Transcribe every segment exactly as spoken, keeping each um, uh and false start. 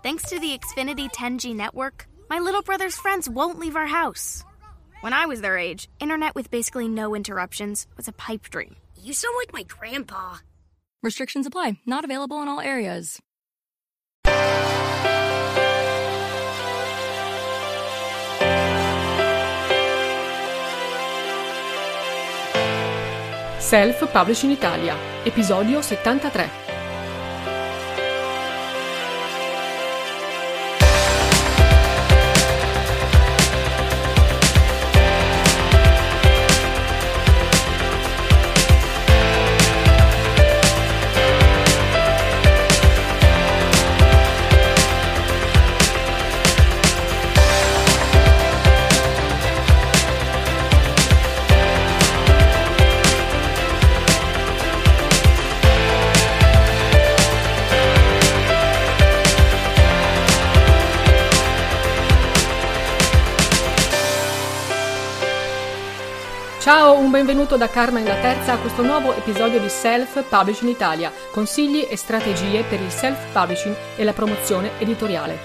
Thanks to the Xfinity ten G network, my little brother's friends won't leave our house. When I was their age, internet with basically no interruptions was a pipe dream. You sound like my grandpa. Restrictions apply. Not available in all areas. Self Publishing Italia, episodio settantatré. Ciao, un benvenuto da Carmen la Terza a questo nuovo episodio di Self Publishing Italia, consigli e strategie per il self-publishing e la promozione editoriale.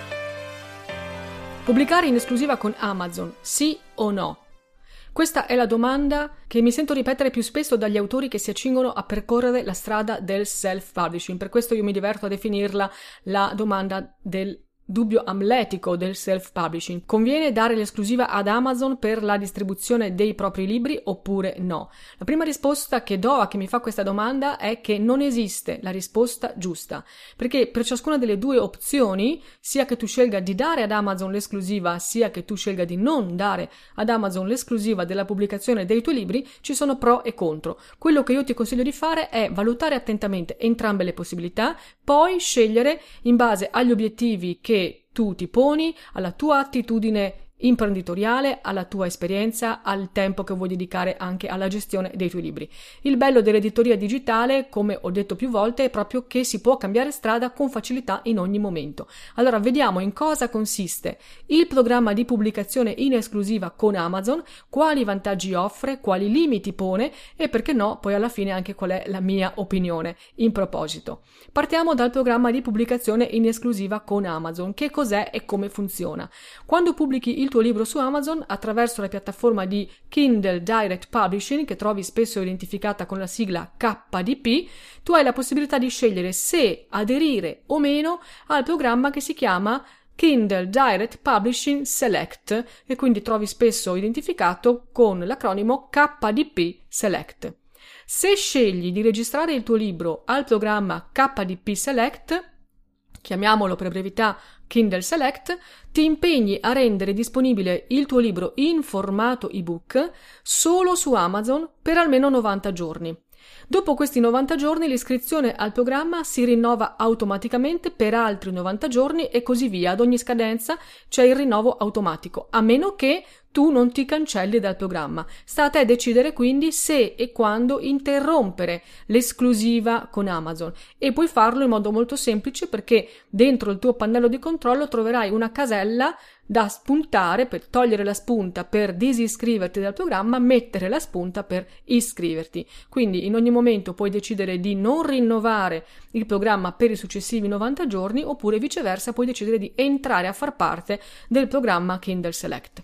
Pubblicare in esclusiva con Amazon, sì o no? Questa è la domanda che mi sento ripetere più spesso dagli autori che si accingono a percorrere la strada del self-publishing, per questo io mi diverto a definirla la domanda del dubbio amletico del self-publishing. Conviene dare l'esclusiva ad Amazon per la distribuzione dei propri libri oppure no? La prima risposta che do a chi mi fa questa domanda è che non esiste la risposta giusta, perché per ciascuna delle due opzioni, sia che tu scelga di dare ad Amazon l'esclusiva, sia che tu scelga di non dare ad Amazon l'esclusiva della pubblicazione dei tuoi libri, ci sono pro e contro. Quello che io ti consiglio di fare è valutare attentamente entrambe le possibilità, poi scegliere in base agli obiettivi che tu ti poni, alla tua attitudine imprenditoriale, alla tua esperienza, al tempo che vuoi dedicare anche alla gestione dei tuoi libri. Il bello dell'editoria digitale, come ho detto più volte, è proprio che si può cambiare strada con facilità in ogni momento. Allora vediamo in cosa consiste il programma di pubblicazione in esclusiva con Amazon, quali vantaggi offre, quali limiti pone e perché no, poi alla fine anche qual è la mia opinione in proposito. Partiamo dal programma di pubblicazione in esclusiva con Amazon. Che cos'è e come funziona? Quando pubblichi il tuo libro su Amazon attraverso la piattaforma di Kindle Direct Publishing, che trovi spesso identificata con la sigla K D P, tu hai la possibilità di scegliere se aderire o meno al programma che si chiama Kindle Direct Publishing Select, e quindi trovi spesso identificato con l'acronimo K D P Select. Se scegli di registrare il tuo libro al programma K D P Select, chiamiamolo per brevità Kindle Select, ti impegni a rendere disponibile il tuo libro in formato ebook solo su Amazon per almeno novanta giorni. Dopo questi novanta giorni l'iscrizione al programma si rinnova automaticamente per altri novanta giorni e così via. Ad ogni scadenza c'è il rinnovo automatico, a meno che tu non ti cancelli dal programma. Sta a te decidere quindi se e quando interrompere l'esclusiva con Amazon, e puoi farlo in modo molto semplice, perché dentro il tuo pannello di controllo troverai una casella da spuntare per togliere la spunta per disiscriverti dal programma, mettere la spunta per iscriverti. Quindi in ogni momento puoi decidere di non rinnovare il programma per i successivi novanta giorni, oppure viceversa puoi decidere di entrare a far parte del programma Kindle Select.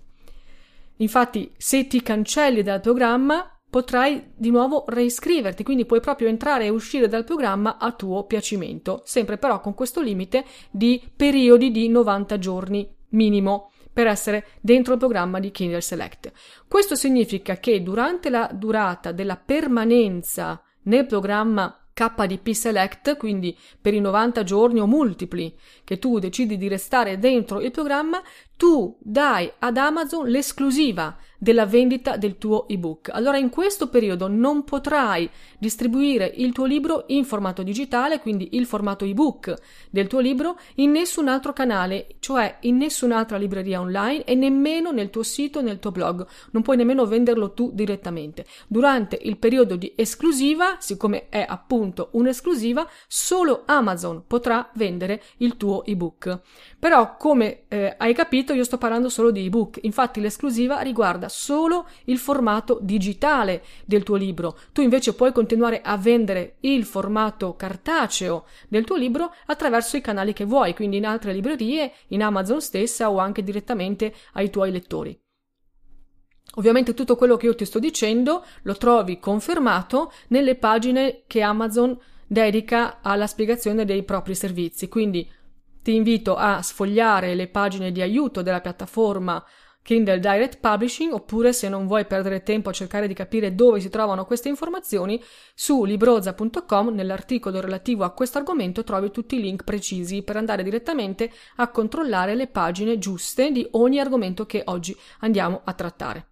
Infatti, se ti cancelli dal programma potrai di nuovo reiscriverti, quindi puoi proprio entrare e uscire dal programma a tuo piacimento, sempre però con questo limite di periodi di novanta giorni minimo per essere dentro il programma di Kindle Select. Questo significa che durante la durata della permanenza nel programma K D P Select, quindi per i novanta giorni o multipli che tu decidi di restare dentro il programma, tu dai ad Amazon l'esclusiva della vendita del tuo ebook. Allora in questo periodo non potrai distribuire il tuo libro in formato digitale, quindi il formato ebook del tuo libro, in nessun altro canale, cioè in nessun'altra libreria online e nemmeno nel tuo sito, nel tuo blog. Non puoi nemmeno venderlo tu direttamente. Durante il periodo di esclusiva, siccome è appunto un'esclusiva, solo Amazon potrà vendere il tuo ebook. Però, come eh, hai capito, capito, io sto parlando solo di ebook, infatti l'esclusiva riguarda solo il formato digitale del tuo libro. Tu invece puoi continuare a vendere il formato cartaceo del tuo libro attraverso i canali che vuoi, quindi in altre librerie, in Amazon stessa o anche direttamente ai tuoi lettori. Ovviamente tutto quello che io ti sto dicendo lo trovi confermato nelle pagine che Amazon dedica alla spiegazione dei propri servizi, quindi ti invito a sfogliare le pagine di aiuto della piattaforma Kindle Direct Publishing, oppure, se non vuoi perdere tempo a cercare di capire dove si trovano queste informazioni, su Libroza punto com nell'articolo relativo a questo argomento trovi tutti i link precisi per andare direttamente a controllare le pagine giuste di ogni argomento che oggi andiamo a trattare.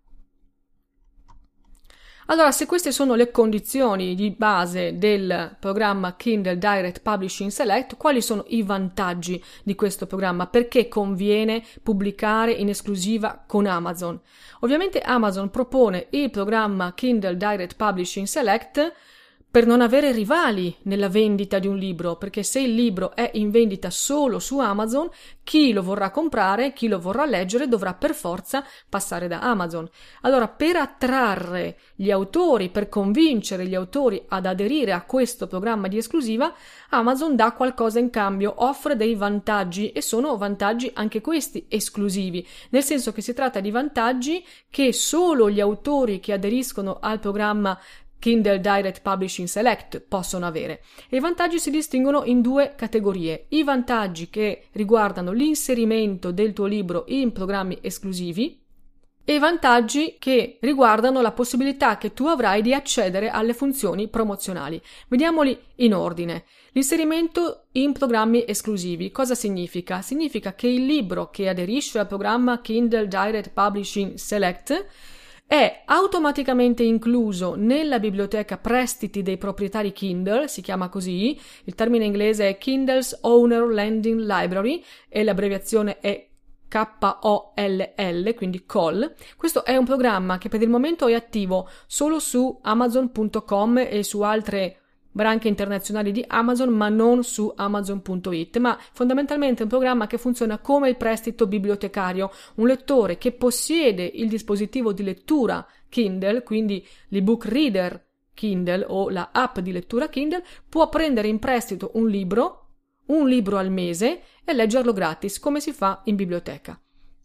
Allora, se queste sono le condizioni di base del programma Kindle Direct Publishing Select, quali sono i vantaggi di questo programma? Perché conviene pubblicare in esclusiva con Amazon? Ovviamente Amazon propone il programma Kindle Direct Publishing Select per non avere rivali nella vendita di un libro, perché se il libro è in vendita solo su Amazon, chi lo vorrà comprare, chi lo vorrà leggere, dovrà per forza passare da Amazon. Allora, per attrarre gli autori, per convincere gli autori ad aderire a questo programma di esclusiva, Amazon dà qualcosa in cambio, offre dei vantaggi, e sono vantaggi anche questi esclusivi, nel senso che si tratta di vantaggi che solo gli autori che aderiscono al programma Kindle Direct Publishing Select possono avere. E i vantaggi si distinguono in due categorie: i vantaggi che riguardano l'inserimento del tuo libro in programmi esclusivi e i vantaggi che riguardano la possibilità che tu avrai di accedere alle funzioni promozionali. Vediamoli in ordine. L'inserimento in programmi esclusivi. Cosa significa? Significa che il libro che aderisce al programma Kindle Direct Publishing Select è automaticamente incluso nella biblioteca prestiti dei proprietari Kindle, si chiama così, il termine inglese è Kindle's Owner Lending Library e l'abbreviazione è K O L L, quindi C O L. Questo è un programma che per il momento è attivo solo su Amazon punto com e su altre branche internazionali di Amazon, ma non su Amazon punto it, ma fondamentalmente è un programma che funziona come il prestito bibliotecario. Un lettore che possiede il dispositivo di lettura Kindle, quindi l'ebook reader Kindle o la app di lettura Kindle, può prendere in prestito un libro, un libro al mese, e leggerlo gratis, come si fa in biblioteca.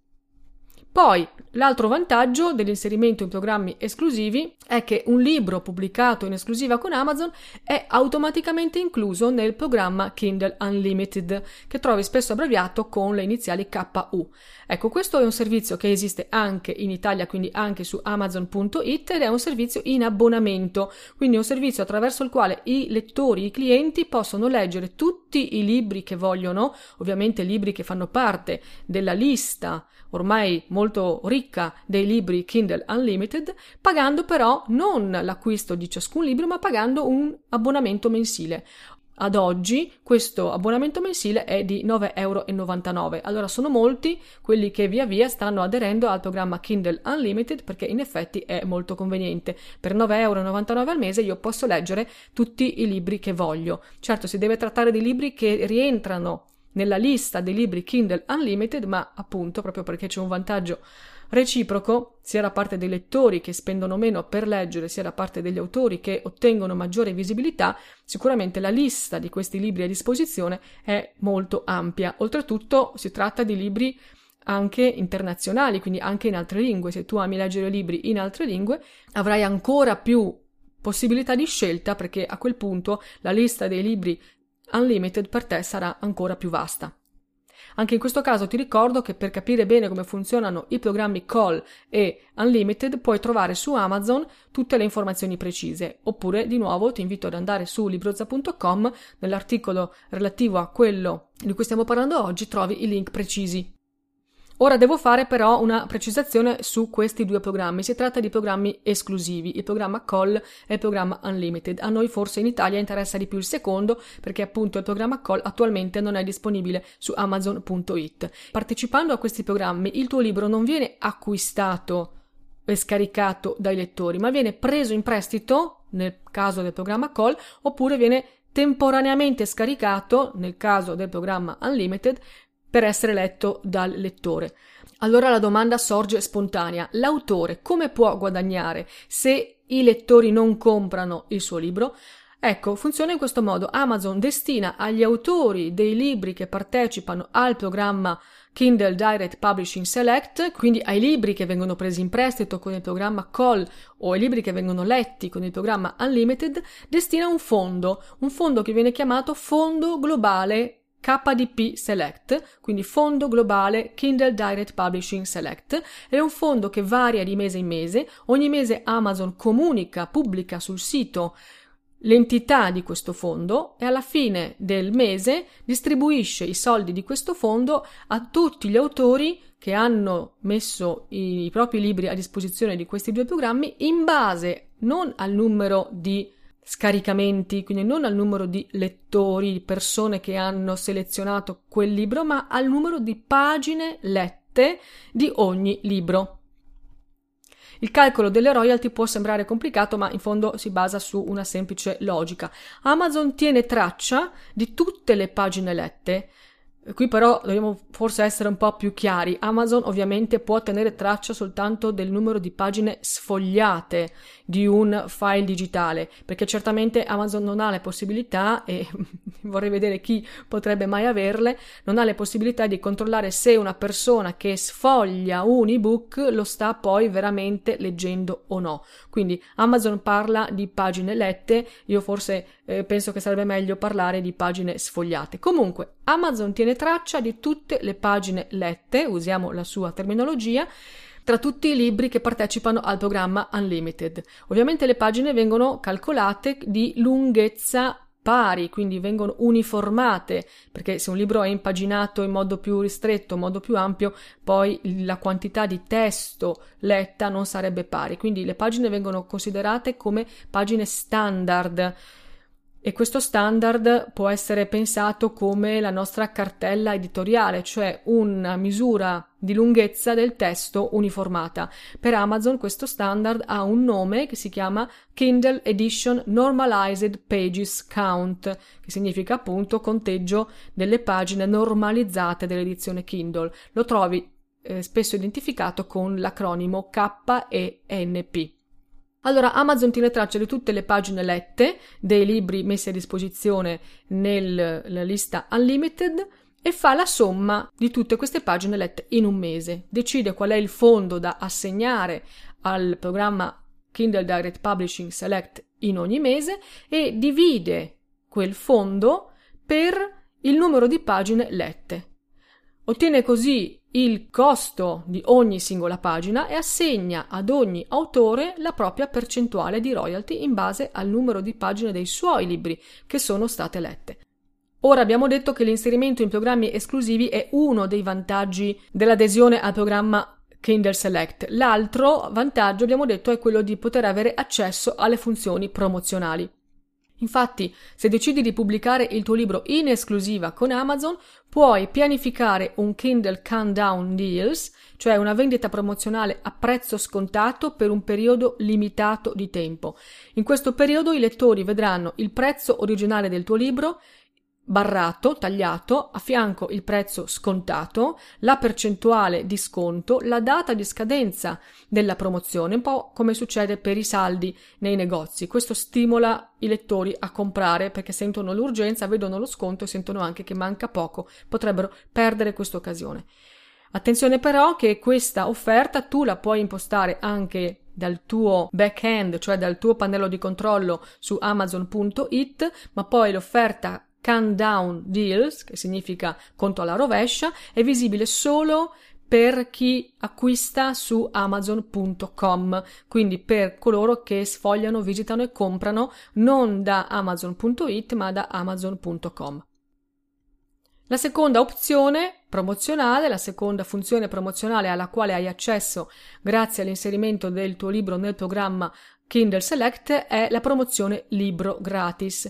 Poi, l'altro vantaggio dell'inserimento in programmi esclusivi è che un libro pubblicato in esclusiva con Amazon è automaticamente incluso nel programma Kindle Unlimited, che trovi spesso abbreviato con le iniziali K U. Ecco, questo è un servizio che esiste anche in Italia, quindi anche su Amazon punto it, ed è un servizio in abbonamento, quindi un servizio attraverso il quale i lettori, i clienti possono leggere tutti i libri che vogliono, ovviamente libri che fanno parte della lista ormai molto ricca dei libri Kindle Unlimited, pagando però non l'acquisto di ciascun libro, ma pagando un abbonamento mensile. Ad oggi questo abbonamento mensile è di nove virgola novantanove euro. Allora sono molti quelli che via via stanno aderendo al programma Kindle Unlimited, perché in effetti è molto conveniente. Per nove virgola novantanove euro al mese io posso leggere tutti i libri che voglio. Certo, si deve trattare di libri che rientrano nella lista dei libri Kindle Unlimited, ma appunto proprio perché c'è un vantaggio reciproco sia da parte dei lettori che spendono meno per leggere, sia da parte degli autori che ottengono maggiore visibilità, sicuramente la lista di questi libri a disposizione è molto ampia. Oltretutto si tratta di libri anche internazionali, quindi anche in altre lingue. Se tu ami leggere libri in altre lingue avrai ancora più possibilità di scelta, perché a quel punto la lista dei libri Unlimited per te sarà ancora più vasta. Anche in questo caso ti ricordo che per capire bene come funzionano i programmi C O L e Unlimited puoi trovare su Amazon tutte le informazioni precise, oppure di nuovo ti invito ad andare su Libroza punto com, nell'articolo relativo a quello di cui stiamo parlando oggi trovi i link precisi. Ora devo fare però una precisazione su questi due programmi. Si tratta di programmi esclusivi, il programma C O L e il programma Unlimited. A noi forse in Italia interessa di più il secondo, perché appunto il programma C O L attualmente non è disponibile su Amazon punto it. Partecipando a questi programmi il tuo libro non viene acquistato e scaricato dai lettori, ma viene preso in prestito nel caso del programma C O L, oppure viene temporaneamente scaricato nel caso del programma Unlimited per essere letto dal lettore. Allora la domanda sorge spontanea: l'autore come può guadagnare se i lettori non comprano il suo libro? Ecco, funziona in questo modo. Amazon destina agli autori dei libri che partecipano al programma Kindle Direct Publishing Select, quindi ai libri che vengono presi in prestito con il programma C O L o ai libri che vengono letti con il programma Unlimited, destina un fondo, un fondo che viene chiamato Fondo Globale K D P Select, quindi Fondo Globale Kindle Direct Publishing Select. È un fondo che varia di mese in mese. Ogni mese Amazon comunica, pubblica sul sito l'entità di questo fondo e alla fine del mese distribuisce i soldi di questo fondo a tutti gli autori che hanno messo i propri libri a disposizione di questi due programmi in base non al numero di scaricamenti, quindi non al numero di lettori, persone che hanno selezionato quel libro, ma al numero di pagine lette di ogni libro. Il calcolo delle royalty può sembrare complicato, ma in fondo si basa su una semplice logica. Amazon tiene traccia di tutte le pagine lette. Qui però dobbiamo forse essere un po' più chiari. Amazon ovviamente può tenere traccia soltanto del numero di pagine sfogliate di un file digitale, perché certamente Amazon non ha le possibilità, e vorrei vedere chi potrebbe mai averle, non ha le possibilità di controllare se una persona che sfoglia un ebook lo sta poi veramente leggendo o no. Quindi Amazon parla di pagine lette, io forse eh, penso che sarebbe meglio parlare di pagine sfogliate. Comunque Amazon tiene traccia di tutte le pagine lette, usiamo la sua terminologia, tra tutti i libri che partecipano al programma Unlimited. Ovviamente le pagine vengono calcolate di lunghezza pari, quindi vengono uniformate, perché se un libro è impaginato in modo più ristretto, in modo più ampio, poi la quantità di testo letta non sarebbe pari. Quindi le pagine vengono considerate come pagine standard. E questo standard può essere pensato come la nostra cartella editoriale, cioè una misura di lunghezza del testo uniformata. Per Amazon questo standard ha un nome che si chiama Kindle Edition Normalized Pages Count, che significa appunto conteggio delle pagine normalizzate dell'edizione Kindle. Lo trovi eh, spesso identificato con l'acronimo K E N P. Allora, Amazon tiene traccia di tutte le pagine lette dei libri messi a disposizione nella lista Unlimited e fa la somma di tutte queste pagine lette in un mese. Decide qual è il fondo da assegnare al programma Kindle Direct Publishing Select in ogni mese e divide quel fondo per il numero di pagine lette. Ottiene così il costo di ogni singola pagina e assegna ad ogni autore la propria percentuale di royalty in base al numero di pagine dei suoi libri che sono state lette. Ora abbiamo detto che l'inserimento in programmi esclusivi è uno dei vantaggi dell'adesione al programma Kindle Select. L'altro vantaggio, abbiamo detto, è quello di poter avere accesso alle funzioni promozionali. Infatti, se decidi di pubblicare il tuo libro in esclusiva con Amazon, puoi pianificare un Kindle Countdown Deals, cioè una vendita promozionale a prezzo scontato per un periodo limitato di tempo. In questo periodo i lettori vedranno il prezzo originale del tuo libro barrato, tagliato, a fianco il prezzo scontato, la percentuale di sconto, la data di scadenza della promozione, un po' come succede per i saldi nei negozi. Questo stimola i lettori a comprare perché sentono l'urgenza, vedono lo sconto e sentono anche che manca poco, potrebbero perdere questa occasione. Attenzione però che questa offerta tu la puoi impostare anche dal tuo back-end, cioè dal tuo pannello di controllo su amazon punto it, ma poi l'offerta Countdown Deals, che significa conto alla rovescia, è visibile solo per chi acquista su amazon punto com, quindi per coloro che sfogliano, visitano e comprano non da amazon punto it ma da amazon punto com. La seconda opzione promozionale, la seconda funzione promozionale alla quale hai accesso grazie all'inserimento del tuo libro nel programma Kindle Select è la promozione libro gratis.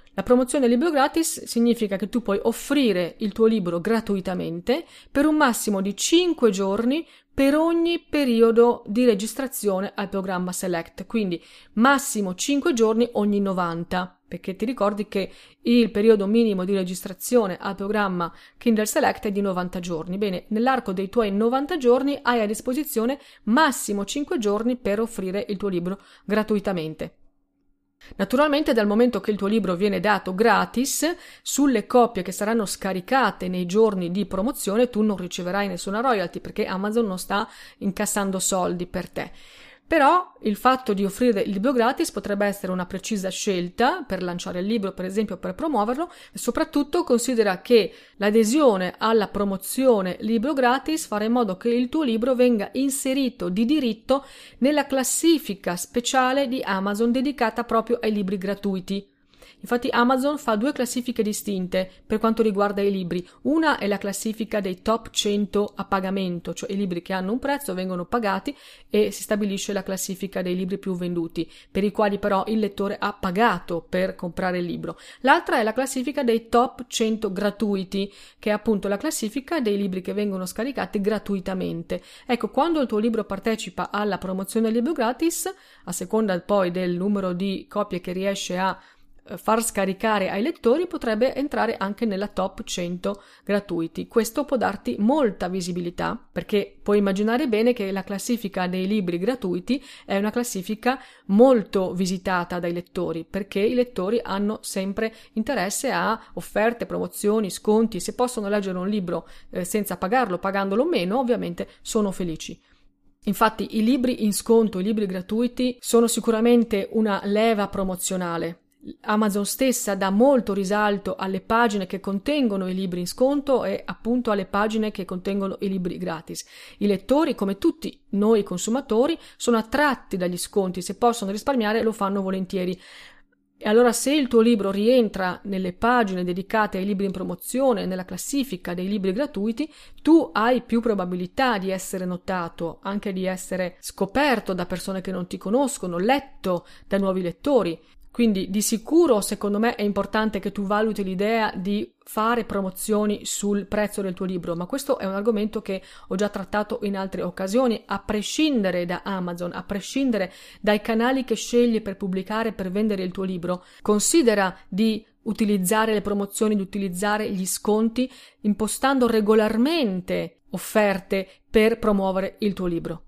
La promozione libro gratis significa che tu puoi offrire il tuo libro gratuitamente per un massimo di cinque giorni per ogni periodo di registrazione al programma Select, quindi massimo cinque giorni ogni novanta, perché ti ricordi che il periodo minimo di registrazione al programma Kindle Select è di novanta giorni. Bene, nell'arco dei tuoi novanta giorni hai a disposizione massimo cinque giorni per offrire il tuo libro gratuitamente. Naturalmente, dal momento che il tuo libro viene dato gratis, sulle copie che saranno scaricate nei giorni di promozione tu non riceverai nessuna royalty, perché Amazon non sta incassando soldi per te. Però il fatto di offrire il libro gratis potrebbe essere una precisa scelta per lanciare il libro, per esempio, per promuoverlo, e soprattutto considera che l'adesione alla promozione libro gratis farà in modo che il tuo libro venga inserito di diritto nella classifica speciale di Amazon dedicata proprio ai libri gratuiti. Infatti Amazon fa due classifiche distinte per quanto riguarda i libri. Una è la classifica dei top cento a pagamento, cioè i libri che hanno un prezzo vengono pagati e si stabilisce la classifica dei libri più venduti, per i quali però il lettore ha pagato per comprare il libro. L'altra è la classifica dei top cento gratuiti, che è appunto la classifica dei libri che vengono scaricati gratuitamente. Ecco, quando il tuo libro partecipa alla promozione libro gratis, a seconda poi del numero di copie che riesce a far scaricare ai lettori, potrebbe entrare anche nella top cento gratuiti. Questo può darti molta visibilità, perché puoi immaginare bene che la classifica dei libri gratuiti è una classifica molto visitata dai lettori, perché i lettori hanno sempre interesse a offerte, promozioni, sconti. Se possono leggere un libro eh, senza pagarlo, pagandolo meno, ovviamente sono felici. Infatti i libri in sconto, i libri gratuiti sono sicuramente una leva promozionale. Amazon stessa dà molto risalto alle pagine che contengono i libri in sconto e appunto alle pagine che contengono i libri gratis. I lettori, come tutti noi consumatori, sono attratti dagli sconti, se possono risparmiare lo fanno volentieri. E allora, se il tuo libro rientra nelle pagine dedicate ai libri in promozione, nella classifica dei libri gratuiti, tu hai più probabilità di essere notato, anche di essere scoperto da persone che non ti conoscono, letto da nuovi lettori. Quindi di sicuro, secondo me, è importante che tu valuti l'idea di fare promozioni sul prezzo del tuo libro, ma questo è un argomento che ho già trattato in altre occasioni, a prescindere da Amazon, a prescindere dai canali che scegli per pubblicare, per vendere il tuo libro. Considera di utilizzare le promozioni, di utilizzare gli sconti, impostando regolarmente offerte per promuovere il tuo libro.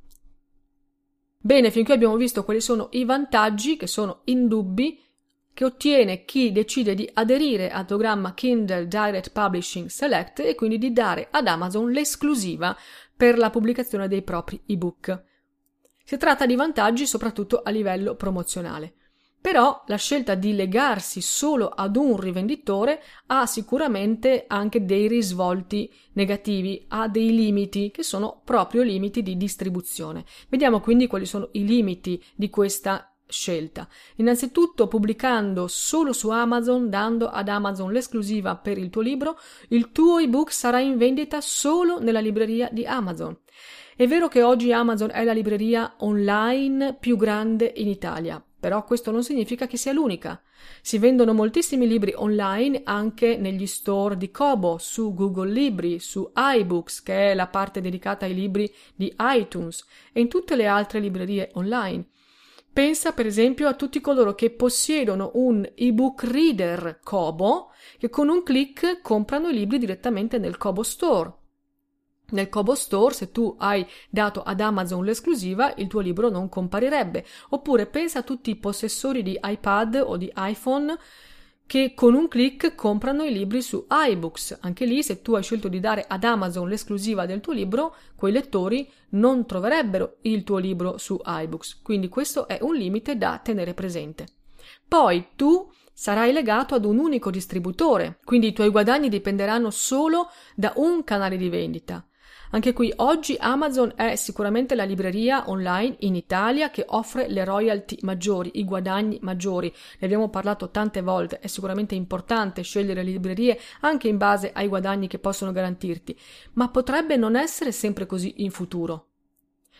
Bene, fin qui abbiamo visto quali sono i vantaggi, che sono indubbi, che ottiene chi decide di aderire al programma Kindle Direct Publishing Select e quindi di dare ad Amazon l'esclusiva per la pubblicazione dei propri ebook. Si tratta di vantaggi soprattutto a livello promozionale. Però la scelta di legarsi solo ad un rivenditore ha sicuramente anche dei risvolti negativi, ha dei limiti che sono proprio limiti di distribuzione. Vediamo quindi quali sono i limiti di questa scelta. Innanzitutto, pubblicando solo su Amazon, dando ad Amazon l'esclusiva per il tuo libro, il tuo ebook sarà in vendita solo nella libreria di Amazon. È vero che oggi Amazon è la libreria online più grande in Italia, però questo non significa che sia l'unica. Si vendono moltissimi libri online anche negli store di Kobo, su Google Libri, su iBooks, che è la parte dedicata ai libri di iTunes, e in tutte le altre librerie online. Pensa per esempio a tutti coloro che possiedono un ebook reader Kobo, che con un click comprano i libri direttamente nel Kobo Store. Nel Kobo Store, se tu hai dato ad Amazon l'esclusiva, il tuo libro non comparirebbe. Oppure pensa a tutti i possessori di iPad o di iPhone che con un click comprano i libri su iBooks. Anche lì, se tu hai scelto di dare ad Amazon l'esclusiva del tuo libro, quei lettori non troverebbero il tuo libro su iBooks. Quindi questo è un limite da tenere presente. Poi tu sarai legato ad un unico distributore, quindi i tuoi guadagni dipenderanno solo da un canale di vendita. Anche qui oggi Amazon è sicuramente la libreria online in Italia che offre le royalty maggiori, i guadagni maggiori. Ne abbiamo parlato tante volte, è sicuramente importante scegliere le librerie anche in base ai guadagni che possono garantirti, ma potrebbe non essere sempre così in futuro.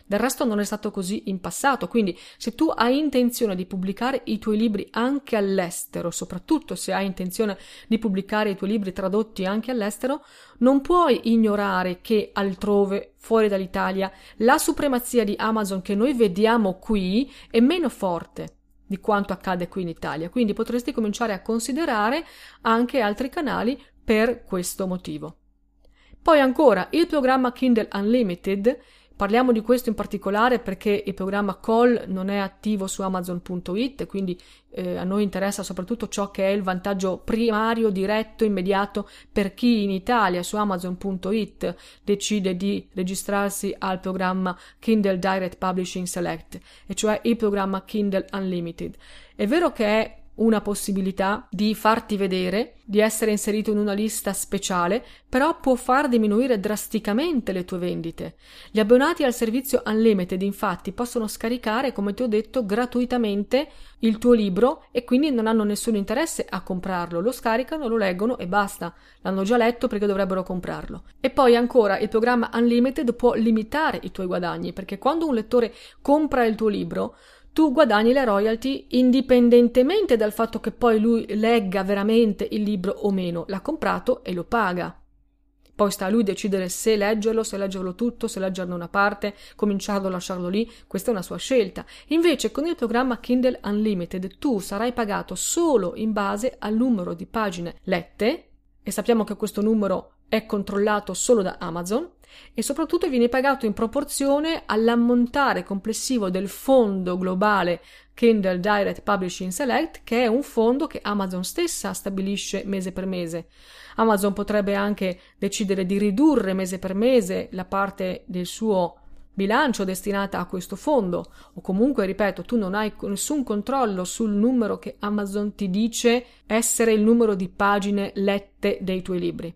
Del resto non è stato così in passato, quindi se tu hai intenzione di pubblicare i tuoi libri anche all'estero, soprattutto se hai intenzione di pubblicare i tuoi libri tradotti anche all'estero, non puoi ignorare che altrove, fuori dall'Italia, la supremazia di Amazon che noi vediamo qui è meno forte di quanto accade qui in Italia, quindi potresti cominciare a considerare anche altri canali per questo motivo. Poi ancora il programma Kindle Unlimited. Parliamo di questo in particolare perché il programma C O L non è attivo su Amazon punto it, quindi eh, a noi interessa soprattutto ciò che è il vantaggio primario, diretto, immediato per chi in Italia su Amazon punto it decide di registrarsi al programma Kindle Direct Publishing Select, e cioè il programma Kindle Unlimited. È vero che è una possibilità di farti vedere, di essere inserito in una lista speciale, però può far diminuire drasticamente le tue vendite. Gli abbonati al servizio Unlimited infatti possono scaricare, come ti ho detto, gratuitamente il tuo libro e quindi non hanno nessun interesse a comprarlo, lo scaricano, lo leggono e basta, l'hanno già letto perché dovrebbero comprarlo. E poi ancora il programma Unlimited può limitare i tuoi guadagni, perché quando un lettore compra il tuo libro tu guadagni le royalty indipendentemente dal fatto che poi lui legga veramente il libro o meno. L'ha comprato e lo paga. Poi sta a lui decidere se leggerlo, se leggerlo tutto, se leggerne una parte, cominciarlo o lasciarlo lì. Questa è una sua scelta. Invece con il programma Kindle Unlimited tu sarai pagato solo in base al numero di pagine lette, e sappiamo che questo numero è controllato solo da Amazon, e soprattutto viene pagato in proporzione all'ammontare complessivo del fondo globale Kindle Direct Publishing Select, che è un fondo che Amazon stessa stabilisce mese per mese. Amazon potrebbe anche decidere di ridurre mese per mese la parte del suo bilancio destinata a questo fondo, o comunque, ripeto, tu non hai nessun controllo sul numero che Amazon ti dice essere il numero di pagine lette dei tuoi libri.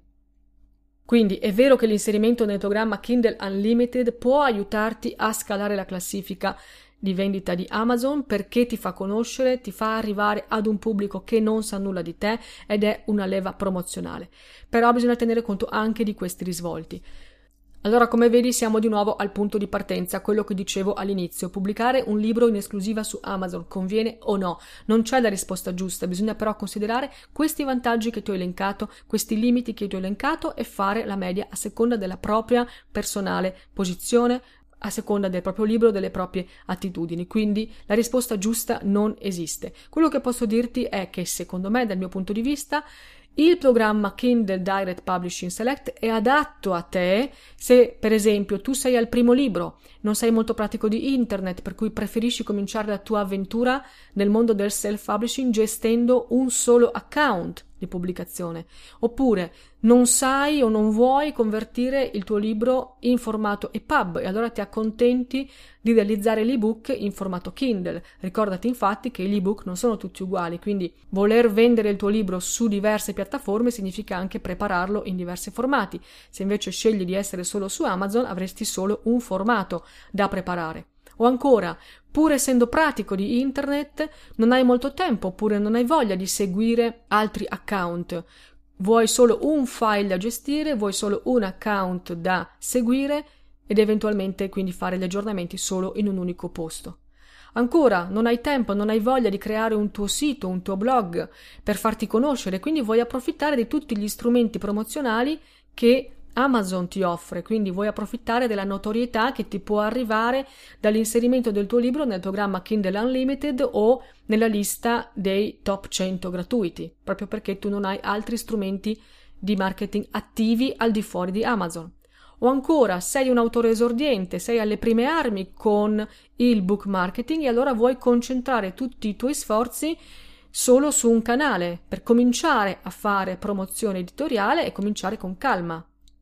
Quindi è vero che l'inserimento nel programma Kindle Unlimited può aiutarti a scalare la classifica di vendita di Amazon perché ti fa conoscere, ti fa arrivare ad un pubblico che non sa nulla di te ed è una leva promozionale. Però bisogna tenere conto anche di questi risvolti. Allora, come vedi, siamo di nuovo al punto di partenza, quello che dicevo all'inizio. Pubblicare un libro in esclusiva su Amazon conviene o no? Non c'è la risposta giusta, bisogna però considerare questi vantaggi che ti ho elencato, questi limiti che ti ho elencato e fare la media a seconda della propria personale posizione, a seconda del proprio libro, delle proprie attitudini. Quindi la risposta giusta non esiste. Quello che posso dirti è che, secondo me, dal mio punto di vista, il programma Kindle Direct Publishing Select è adatto a te se, per esempio, tu sei al primo libro, non sei molto pratico di internet, per cui preferisci cominciare la tua avventura nel mondo del self-publishing gestendo un solo account di pubblicazione, oppure non sai o non vuoi convertire il tuo libro in formato E P U B e allora ti accontenti di realizzare l'ebook in formato Kindle. Ricordati infatti che gli ebook non sono tutti uguali, quindi voler vendere il tuo libro su diverse piattaforme significa anche prepararlo in diversi formati. Se invece scegli di essere solo su Amazon avresti solo un formato da preparare. O ancora, pur essendo pratico di internet, non hai molto tempo oppure non hai voglia di seguire altri account. Vuoi solo un file da gestire, vuoi solo un account da seguire ed eventualmente quindi fare gli aggiornamenti solo in un unico posto. Ancora, non hai tempo, non hai voglia di creare un tuo sito, un tuo blog per farti conoscere, quindi vuoi approfittare di tutti gli strumenti promozionali che Amazon ti offre, quindi vuoi approfittare della notorietà che ti può arrivare dall'inserimento del tuo libro nel programma Kindle Unlimited o nella lista dei top cento gratuiti, proprio perché tu non hai altri strumenti di marketing attivi al di fuori di Amazon. O ancora, sei un autore esordiente, sei alle prime armi con il book marketing e allora vuoi concentrare tutti i tuoi sforzi solo su un canale per cominciare a fare promozione editoriale e cominciare con calma.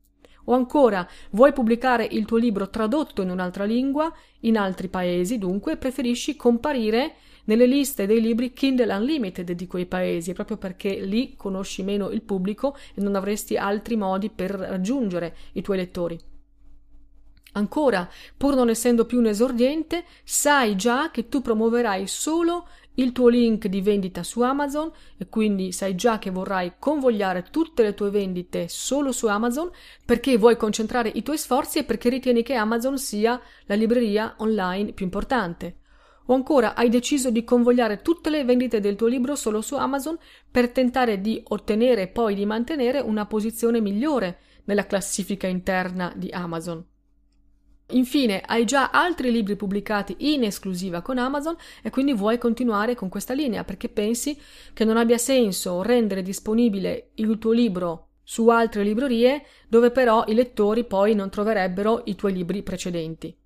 O ancora, vuoi pubblicare il tuo libro tradotto in un'altra lingua, in altri paesi, dunque preferisci comparire nelle liste dei libri Kindle Unlimited di quei paesi, proprio perché lì conosci meno il pubblico e non avresti altri modi per raggiungere i tuoi lettori. Ancora, pur non essendo più un esordiente, sai già che tu promuoverai solo il tuo link di vendita su Amazon e quindi sai già che vorrai convogliare tutte le tue vendite solo su Amazon perché vuoi concentrare i tuoi sforzi e perché ritieni che Amazon sia la libreria online più importante. O ancora hai deciso di convogliare tutte le vendite del tuo libro solo su Amazon per tentare di ottenere e poi di mantenere una posizione migliore nella classifica interna di Amazon. Infine, hai già altri libri pubblicati in esclusiva con Amazon e quindi vuoi continuare con questa linea perché pensi che non abbia senso rendere disponibile il tuo libro su altre librerie dove però i lettori poi non troverebbero i tuoi libri precedenti.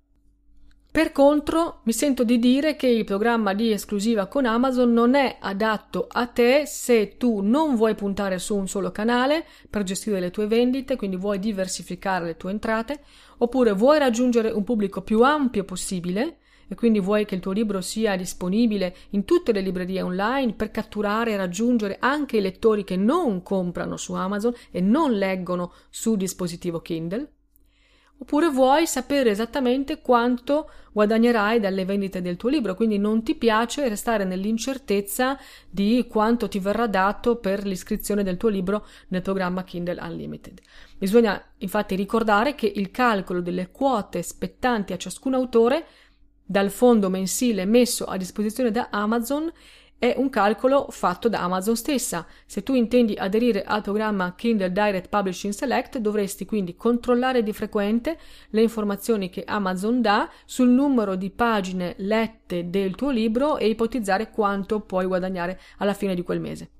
Per contro, mi sento di dire che il programma di esclusiva con Amazon non è adatto a te se tu non vuoi puntare su un solo canale per gestire le tue vendite, quindi vuoi diversificare le tue entrate, oppure vuoi raggiungere un pubblico più ampio possibile e quindi vuoi che il tuo libro sia disponibile in tutte le librerie online per catturare e raggiungere anche i lettori che non comprano su Amazon e non leggono su dispositivo Kindle. Oppure vuoi sapere esattamente quanto guadagnerai dalle vendite del tuo libro, quindi non ti piace restare nell'incertezza di quanto ti verrà dato per l'iscrizione del tuo libro nel programma Kindle Unlimited. Bisogna infatti ricordare che il calcolo delle quote spettanti a ciascun autore dal fondo mensile messo a disposizione da Amazon è un calcolo fatto da Amazon stessa. Se tu intendi aderire al programma Kindle Direct Publishing Select, dovresti quindi controllare di frequente le informazioni che Amazon dà sul numero di pagine lette del tuo libro e ipotizzare quanto puoi guadagnare alla fine di quel mese.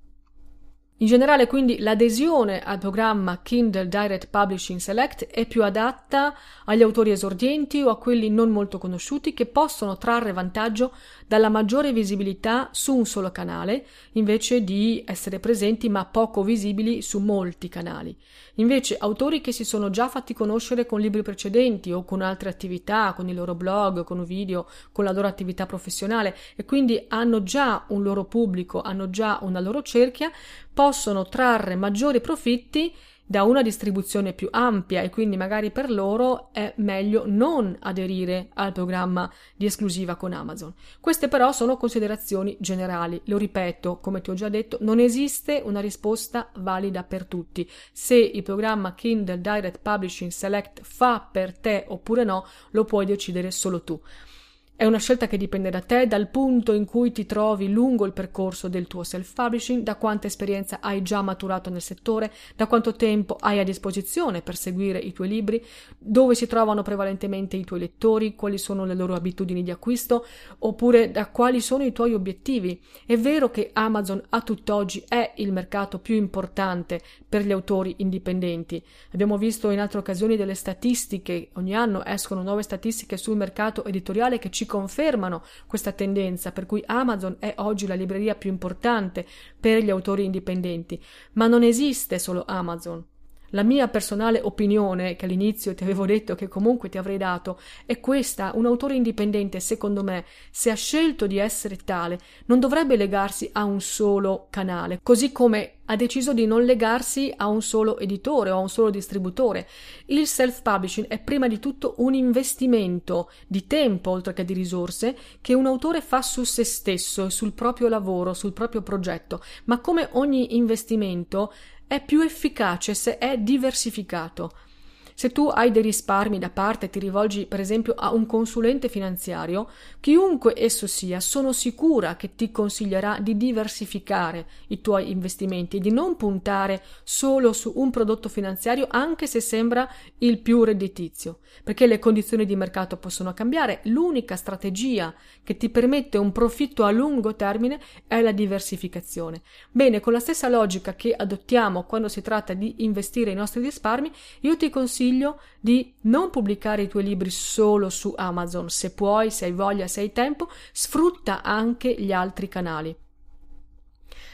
In generale, quindi, l'adesione al programma Kindle Direct Publishing Select è più adatta agli autori esordienti o a quelli non molto conosciuti che possono trarre vantaggio dalla maggiore visibilità su un solo canale, invece di essere presenti ma poco visibili su molti canali. Invece, autori che si sono già fatti conoscere con libri precedenti o con altre attività, con i loro blog, con video, con la loro attività professionale e quindi hanno già un loro pubblico, hanno già una loro cerchia, possono trarre maggiori profitti da una distribuzione più ampia e quindi magari per loro è meglio non aderire al programma di esclusiva con Amazon. Queste però sono considerazioni generali, lo ripeto, come ti ho già detto, non esiste una risposta valida per tutti. Se il programma Kindle Direct Publishing Select fa per te oppure no, lo puoi decidere solo tu. È una scelta che dipende da te, dal punto in cui ti trovi lungo il percorso del tuo self-publishing, da quanta esperienza hai già maturato nel settore, da quanto tempo hai a disposizione per seguire i tuoi libri, dove si trovano prevalentemente i tuoi lettori, quali sono le loro abitudini di acquisto, oppure da quali sono i tuoi obiettivi. È vero che Amazon a tutt'oggi è il mercato più importante per gli autori indipendenti. Abbiamo visto in altre occasioni delle statistiche, ogni anno escono nuove statistiche sul mercato editoriale che ci confermano questa tendenza, per cui Amazon è oggi la libreria più importante per gli autori indipendenti. Ma non esiste solo Amazon. La mia personale opinione, che all'inizio ti avevo detto che comunque ti avrei dato, è questa: un autore indipendente, secondo me, se ha scelto di essere tale, non dovrebbe legarsi a un solo canale, così come ha deciso di non legarsi a un solo editore o a un solo distributore. Il self-publishing è prima di tutto un investimento di tempo, oltre che di risorse, che un autore fa su se stesso e sul proprio lavoro, sul proprio progetto, ma come ogni investimento è più efficace se è diversificato. Se tu hai dei risparmi da parte e ti rivolgi per esempio a un consulente finanziario, chiunque esso sia, sono sicura che ti consiglierà di diversificare i tuoi investimenti e di non puntare solo su un prodotto finanziario, anche se sembra il più redditizio, perché le condizioni di mercato possono cambiare. L'unica strategia che ti permette un profitto a lungo termine è la diversificazione. Bene, con la stessa logica che adottiamo quando si tratta di investire i nostri risparmi, io ti consiglio di non pubblicare i tuoi libri solo su Amazon. Se puoi, se hai voglia, se hai tempo, sfrutta anche gli altri canali.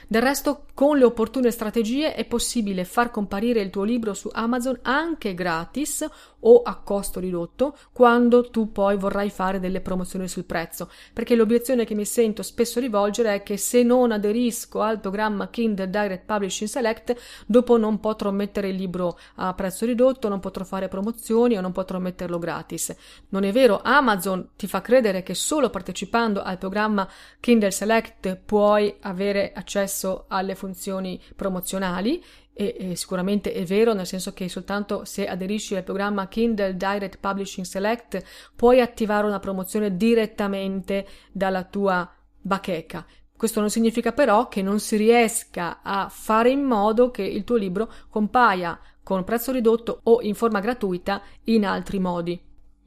Del resto, con le opportune strategie è possibile far comparire il tuo libro su Amazon anche gratis o a costo ridotto quando tu poi vorrai fare delle promozioni sul prezzo, perché l'obiezione che mi sento spesso rivolgere è che se non aderisco al programma Kindle Direct Publishing Select, dopo non potrò mettere il libro a prezzo ridotto, non potrò fare promozioni o non potrò metterlo gratis. Non è vero, Amazon ti fa credere che solo partecipando al programma Kindle Select puoi avere accesso alle funzioni promozionali. E, e sicuramente è vero, nel senso che soltanto se aderisci al programma Kindle Direct Publishing Select puoi attivare una promozione direttamente dalla tua bacheca. Questo non significa però che non si riesca a fare in modo che il tuo libro compaia con prezzo ridotto o in forma gratuita in altri modi.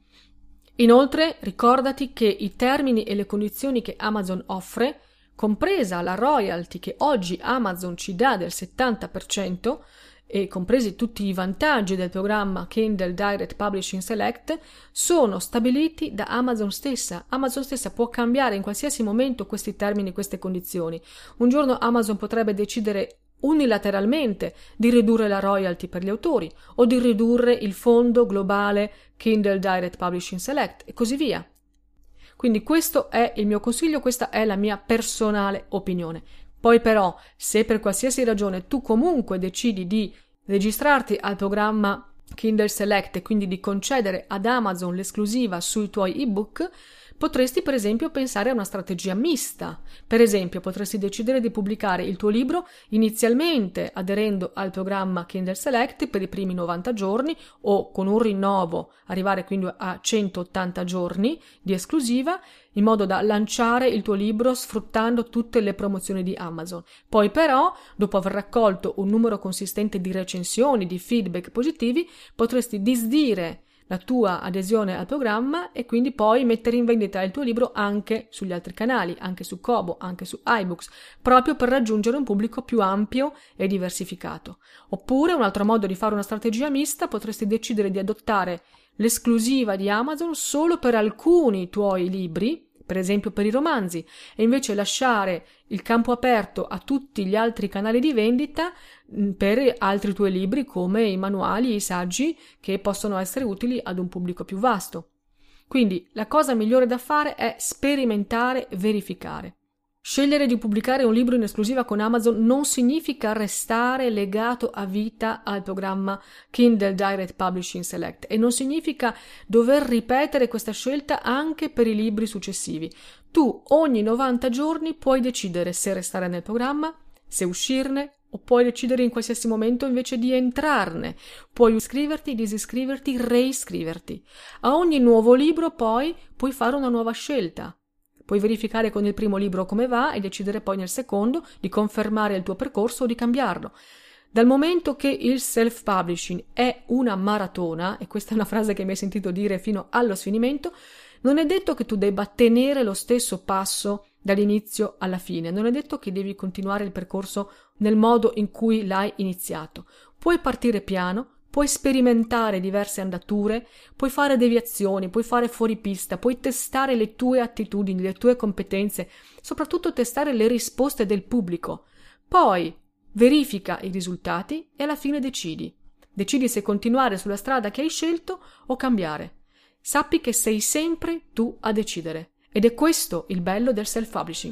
Inoltre, ricordati che i termini e le condizioni che Amazon offre, compresa la royalty che oggi Amazon ci dà del settanta per cento e compresi tutti i vantaggi del programma Kindle Direct Publishing Select, sono stabiliti da Amazon stessa. Amazon stessa può cambiare in qualsiasi momento questi termini, queste condizioni. Un giorno Amazon potrebbe decidere unilateralmente di ridurre la royalty per gli autori o di ridurre il fondo globale Kindle Direct Publishing Select e così via. Quindi questo è il mio consiglio, questa è la mia personale opinione. Poi però, se per qualsiasi ragione tu comunque decidi di registrarti al programma Kindle Select e quindi di concedere ad Amazon l'esclusiva sui tuoi ebook, potresti per esempio pensare a una strategia mista. Per esempio, potresti decidere di pubblicare il tuo libro inizialmente aderendo al programma Kindle Select per i primi novanta giorni o con un rinnovo arrivare quindi a centottanta giorni di esclusiva, in modo da lanciare il tuo libro sfruttando tutte le promozioni di Amazon. Poi però, dopo aver raccolto un numero consistente di recensioni, di feedback positivi, potresti disdire la tua adesione al programma e quindi poi mettere in vendita il tuo libro anche sugli altri canali, anche su Kobo, anche su iBooks, proprio per raggiungere un pubblico più ampio e diversificato. Oppure, un altro modo di fare una strategia mista, potresti decidere di adottare l'esclusiva di Amazon solo per alcuni tuoi libri, per esempio per i romanzi, e invece lasciare il campo aperto a tutti gli altri canali di vendita per altri tuoi libri come i manuali, i saggi che possono essere utili ad un pubblico più vasto. Quindi la cosa migliore da fare è sperimentare e verificare. Scegliere di pubblicare un libro in esclusiva con Amazon non significa restare legato a vita al programma Kindle Direct Publishing Select e non significa dover ripetere questa scelta anche per i libri successivi. Tu ogni novanta giorni puoi decidere se restare nel programma, se uscirne, o puoi decidere in qualsiasi momento invece di entrarne. Puoi iscriverti, disiscriverti, reiscriverti. A ogni nuovo libro poi puoi fare una nuova scelta. Puoi verificare con il primo libro come va e decidere poi nel secondo di confermare il tuo percorso o di cambiarlo. Dal momento che il self-publishing è una maratona, e questa è una frase che mi hai sentito dire fino allo sfinimento, non è detto che tu debba tenere lo stesso passo dall'inizio alla fine, non è detto che devi continuare il percorso nel modo in cui l'hai iniziato. Puoi partire piano, puoi sperimentare diverse andature, puoi fare deviazioni, puoi fare fuoripista, puoi testare le tue attitudini, le tue competenze, soprattutto testare le risposte del pubblico. Poi verifica i risultati e alla fine decidi. Decidi se continuare sulla strada che hai scelto o cambiare. Sappi che sei sempre tu a decidere. Ed è questo il bello del self-publishing.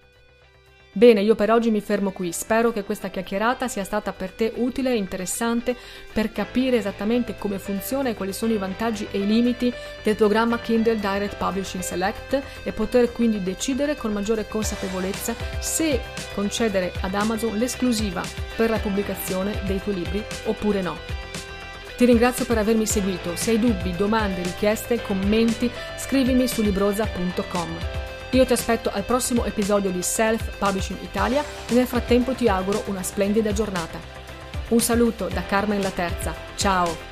Bene, io per oggi mi fermo qui. Spero che questa chiacchierata sia stata per te utile e interessante per capire esattamente come funziona e quali sono i vantaggi e i limiti del programma Kindle Direct Publishing Select e poter quindi decidere con maggiore consapevolezza se concedere ad Amazon l'esclusiva per la pubblicazione dei tuoi libri oppure no. Ti ringrazio per avermi seguito. Se hai dubbi, domande, richieste, commenti, scrivimi su libroza punto com. Io ti aspetto al prossimo episodio di Self Publishing Italia e nel frattempo ti auguro una splendida giornata. Un saluto da Carmen La Terza. Ciao!